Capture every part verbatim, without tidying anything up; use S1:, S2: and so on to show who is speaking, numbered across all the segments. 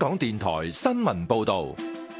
S1: 港電台新聞報道。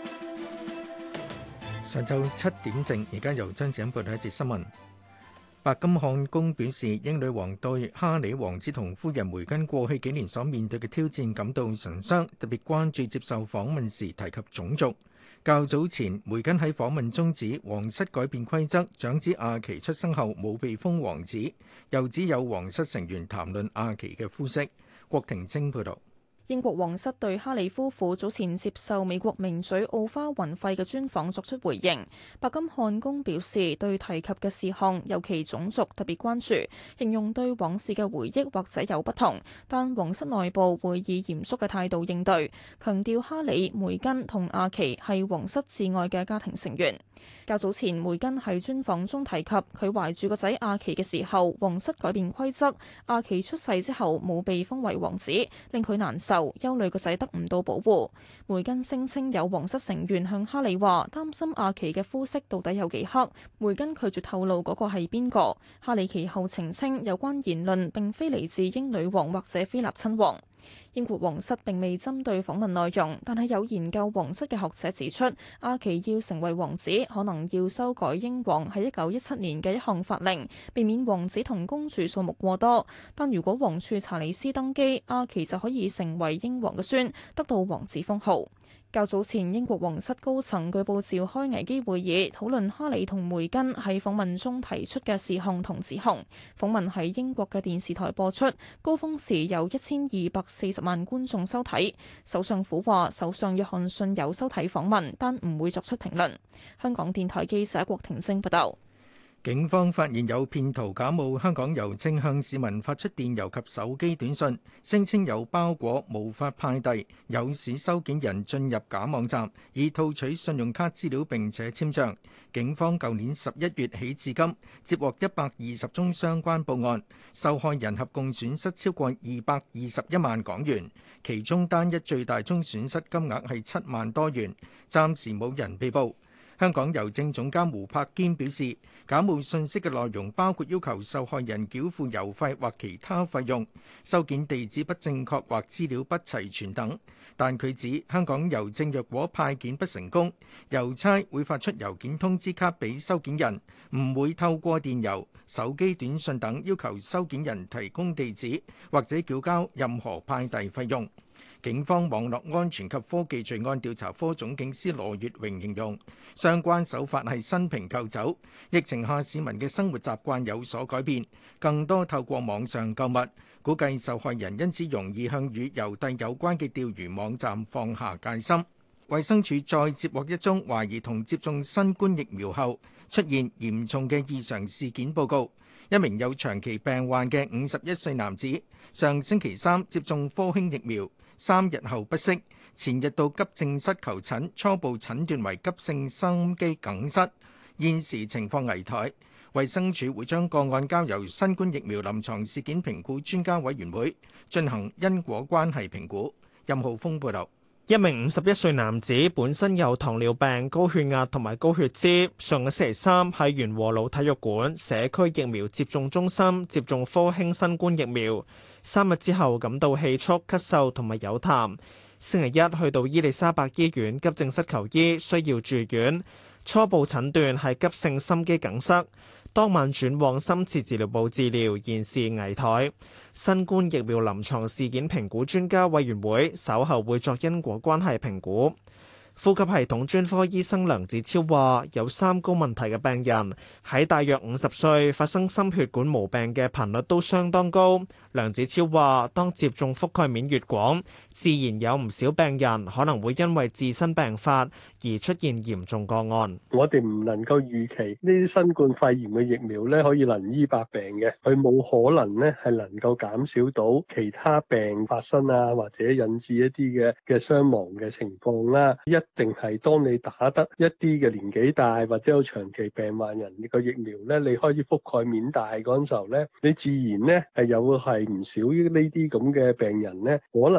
S2: 上晝七點正，而家由張子欣報道一節新聞。白金漢宮表示，英女王對哈里王子同夫人梅根過去幾年所面對嘅挑戰感到神傷，特別關注接受訪問時提及種族。較早前，梅根喺訪問中指皇室改變規則，長子阿奇出生後冇被封王子，又指有皇室成員談論阿奇嘅膚色。郭婷晶報導。
S3: 英國皇室對哈里夫婦早前接受美國名嘴奧花雲費嘅專訪作出回應。白金漢宮表示，對提及嘅事項，尤其種族特別關注，形容對往事嘅回憶或者有不同，但皇室內部會以嚴肅嘅態度應對，強調哈里、梅根同阿奇係皇室至愛嘅家庭成員。較早前，梅根喺專訪中提及佢懷住個仔阿奇嘅時候，皇室改變規則，阿奇出世之後冇被封為王子，令佢難受，憂慮個仔得唔到保護。梅根聲稱有皇室成員向哈里話擔心阿奇嘅膚色到底有幾黑，梅根拒絕透露嗰個係邊個。哈里其後澄清有關言論並非嚟自英女王或者菲臘親王。英國皇室並未針對訪問內容，但係有研究皇室嘅學者指出，阿奇要成為王子，可能要修改英皇喺一九一七年嘅一項法令，避免王子同公主數目過多。但如果王儲查理斯登基，阿奇就可以成為英皇嘅孫，得到王子封號。較早前，英國皇室高層據報召開危機會議，討論哈里同梅根喺訪問中提出嘅事項同指控。訪問喺英國嘅電視台播出，高峰時有一千二百四十萬觀眾收睇。首相府話，首相約翰遜有收睇訪問，但唔會作出評論。香港電台記者郭婷晶報道。
S2: 警方發現有騙徒假冒香港郵政向市民發出電郵及手機短信，聲稱有包裹無法派遞，誘使收件人進入假網站，以套取信用卡資料並且簽帳。警方舊年十一月起至今，接獲一百二十宗相關報案，受害人合共損失超過二百二十一萬港元，其中單一最大宗損失金額係七萬多元，暫時冇人被捕。香港郵政總監胡柏堅表示，假冒信息嘅內容包括要求受害人繳付郵費或其他費用、收件地址不正確或資料不齊全等。但佢指香港郵政若果派件不成功，郵差會發出郵件通知卡俾收件人，唔會透過電郵、手機短信等要求收件人提供地址或者繳交任何派遞費用。警方網絡安全及科技罪案調查科總警司羅月榮形容，相關手法係新瓶舊酒。疫情下市民嘅生活習慣有所改變，更多透過網上購物，估計受害人因此容易向與郵遞有關嘅釣魚網站放下戒心。衛生署再接獲一宗懷疑同接種新冠疫苗後出現嚴重嘅異常事件報告。一名有長期病患嘅五十一歲男子，上星期三接種科興疫苗，三日後不適，前日到急症室求診，初步診斷為急性心肌梗塞，現時情況危殆。衛生署會將個案交由新冠疫苗臨床事件評估專家委員會進行因果關係評估。任浩峰報導。
S4: 一名五十一歲男子本身有糖尿病、高血壓同埋高血脂，上個星期三喺元和路體育館社區疫苗接種中心接種科興新冠疫苗，三日之後感到氣促、咳嗽同埋有痰。星期一去到伊利沙伯醫院急症室求醫，需要住院，初步診斷係急性心肌梗塞。當晚轉往深切治療部治療，現時危殆。新冠疫苗臨床事件評估專家委員會稍後會作因果關係評估。呼吸系統專科醫生梁子超話，有三高問題嘅病人喺大約五十歲發生心血管毛病嘅頻率都相當高。梁子超話，當接種覆蓋面越廣，自然有唔少病人可能會因為自身病發而出現嚴重個案。
S5: 我哋唔能夠預期呢啲新冠肺炎嘅疫苗咧可以能醫百病嘅，佢冇可能咧係能夠減少到其他病發生啊，或者引致一啲嘅嘅傷亡嘅情況啦。一定係當你打得一啲嘅年紀大或者有長期病患人個疫苗咧，你開始覆蓋面大嗰陣時候咧，你自然咧係有係唔少呢啲咁嘅病人咧，可能咧係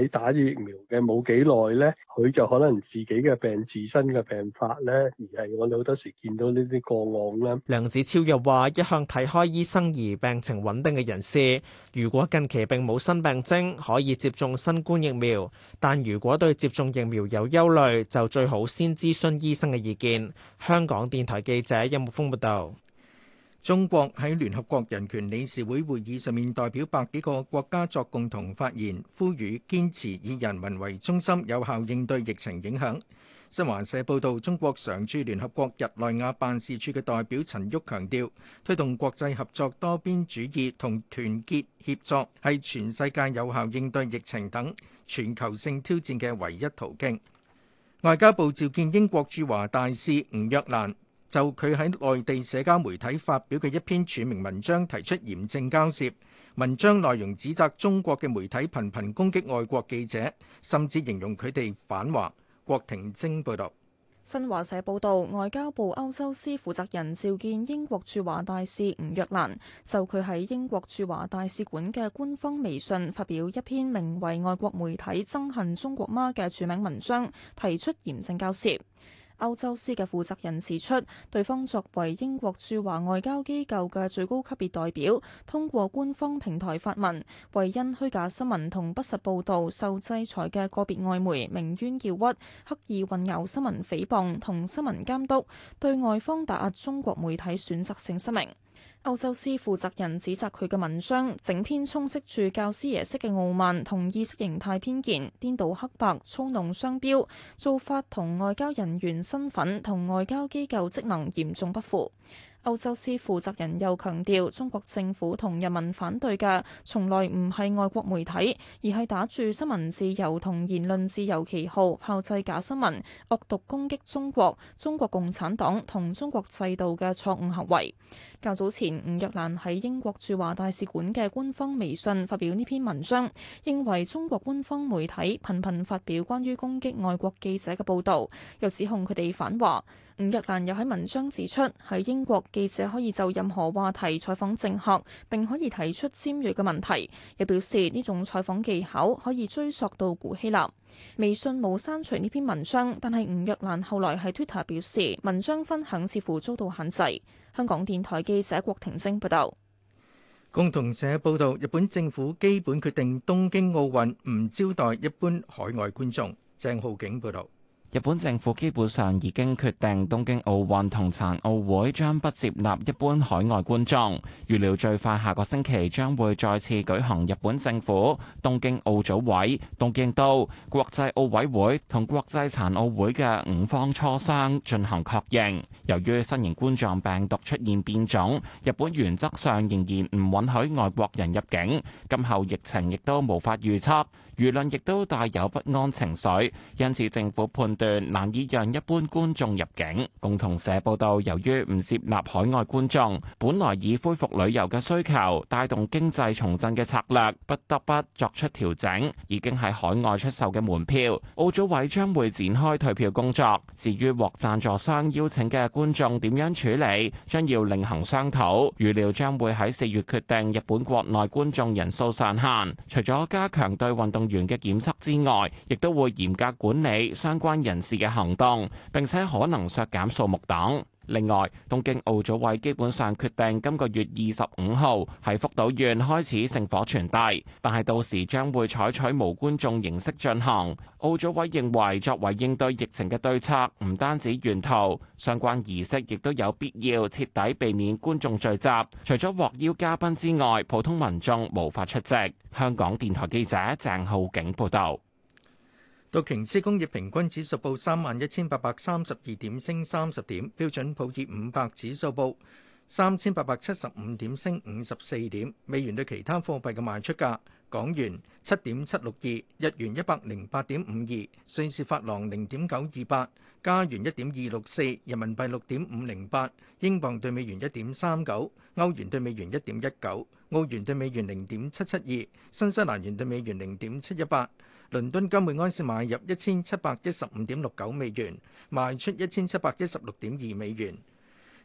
S5: 體打咗疫苗嘅冇幾耐咧，佢就可能自己嘅病自身嘅病發咧，而係我哋好多時見到呢啲個案啦。
S4: 梁子超又話：一向睇開醫生而病情穩定嘅人士，如果近期並冇新病徵，可以接種新冠疫苗；但如果對接種疫苗有憂慮，就最好先諮詢醫生嘅意見。香港電台記者任木峰報道。
S2: 中國喺聯合國人權理事會會議上面代表百幾個國家作共同發言，呼籲堅持以人民為中心，有效應對疫情影響。新華社報道，中國常駐聯合國日內瓦辦事處嘅代表陳旭強調，推動國際合作、多邊主義同團結協作係全世界有效應對疫情等全球性挑戰嘅唯一途徑。外交部召見英國駐華大使吳若蘭，就佢喺內地社交媒體發表嘅一篇署名文章提出嚴正交涉。文章內容指責中國嘅媒體頻頻攻擊外國記者，甚至形容佢哋反華。郭婷晶報道。
S3: 新華社報道，外交部歐洲司負責人召見英國駐華大使吳若蘭，就佢喺英國駐華大使館嘅官方微信發表一篇名為《外國媒體憎恨中國嗎》嘅署名文章，提出嚴正交涉。歐洲司嘅負責人指出，對方作為英國駐華外交機構嘅最高級別代表，通過官方平台發文，為因虛假新聞同不實報導受制裁嘅個別外媒鳴冤叫屈，刻意混淆新聞誹謗同新聞監督，對外方打壓中國媒體選擇性失明。歐洲司負責人指責佢嘅文章整篇充斥住教師爺式嘅傲慢同意識形態偏見，顛倒黑白，操弄雙標，做法同外交人員身份同外交機構職能嚴重不符。歐洲司負責人又強調，中國政府同人民反對嘅從來唔係外國媒體，而係打住新聞自由同言論自由旗號炮製假新聞、惡毒攻擊中國、中國共產黨同中國制度嘅錯誤行為。較早前，吳若蘭喺英國駐華大使館嘅官方微信發表呢篇文章，認為中國官方媒體頻頻發表關於攻擊外國記者嘅報導，又指控佢哋反華。吳若蘭又喺文章指出，喺英國記者可以就任何話題採訪政客，並可以提出尖銳嘅問題，又表示呢種採訪技巧可以追溯到古希臘。微信冇刪除呢篇文章，但係吳若蘭後來喺 Twitter 表示，文章分享似乎遭到限制。香港電台記者郭婷晶報道。
S2: 共同社報道，日本政府基本決定東京奧運唔招待一般海外觀眾。鄭浩景報道。
S6: 日本政府基本上已經決定東京奧運同殘奧會將不接納一般海外觀眾，預料最快下個星期將會再次舉行日本政府、東京奧組委、東京都、國際奧委會同國際殘奧會嘅五方磋商進行確認。由於新型冠狀病毒出現變種，日本原則上仍然唔允許外國人入境，今後疫情亦都無法預測。輿論亦都帶有不安情緒，因此政府判斷難以讓一般觀眾入境。共同社報道，由於唔接納海外觀眾，本來以恢復旅遊嘅需求帶動經濟重振嘅策略，不得不作出調整。已經喺海外出售嘅門票，奧組委將會展開退票工作。至於獲贊助商邀請嘅觀眾點樣處理，將要另行商討。預料將會喺四月決定日本國內觀眾人數上限。除咗加強對運動員嘅檢測之外，亦都會嚴格管理相關人士嘅行動，並且可能削減數目等。另外，東京奧組委基本上決定今個月二十五號喺福島縣開始聖火傳遞，但係到時將會採取無觀眾形式進行。奧組委認為，作為應對疫情嘅對策，唔單止沿途相關儀式，亦都有必要徹底避免觀眾聚集。除咗獲邀嘉賓之外，普通民眾無法出席。香港電台記者鄭浩景報道。
S2: 道瓊斯工業平均指數報三萬一千八百三十二點，升三十點。標準普爾五百指數報三千八百七十五點，升五十四點。美元對其他貨幣嘅賣出價：港元七點七六二，日元一百零八點五二，瑞士法郎零點九二八，加元一點二六四，人民幣六點五零八，英鎊對美元一點三九，歐元對美元一點一九，澳元對美元零點七七二，新西蘭元對美元零點七一八。倫敦金每安士買入一千七百一十五點六九美元，賣出一千七百一十六點二美元。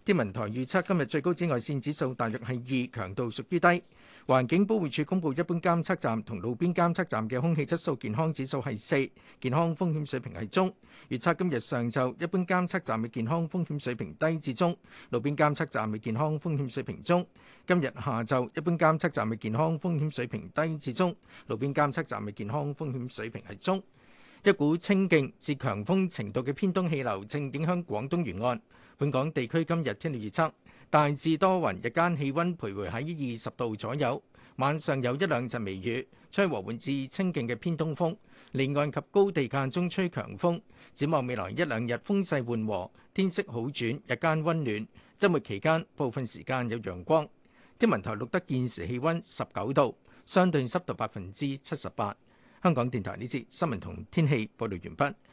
S2: 天文台預測今日最高紫外線指數大約係二，強度屬於低。環境保護署公布一般監測站同路邊監測站嘅空氣質素健康指數係四，健康風險水平係中。預測今日上晝一般監測站嘅健康風險水平低至中，路邊監測站嘅健康風險水平中。今日下晝一般監測站嘅健康風險水平低至中，路邊監測站嘅健康風險水平係中。一股清勁至強風程度嘅偏東氣流正影響廣東沿岸。本港地區今日天氣預測，大致多雲，日間氣溫徘徊喺二十度左右，晚上有一兩陣微雨，吹和緩至清勁嘅偏東風，離岸及高地間中吹強風。展望未來一兩日風勢緩和，天色好轉，日間溫暖。週末期間部分時間有陽光。天文台錄得現時氣溫十九度，相對濕度百分之七十八。香港電台呢節新聞同天氣報道完畢。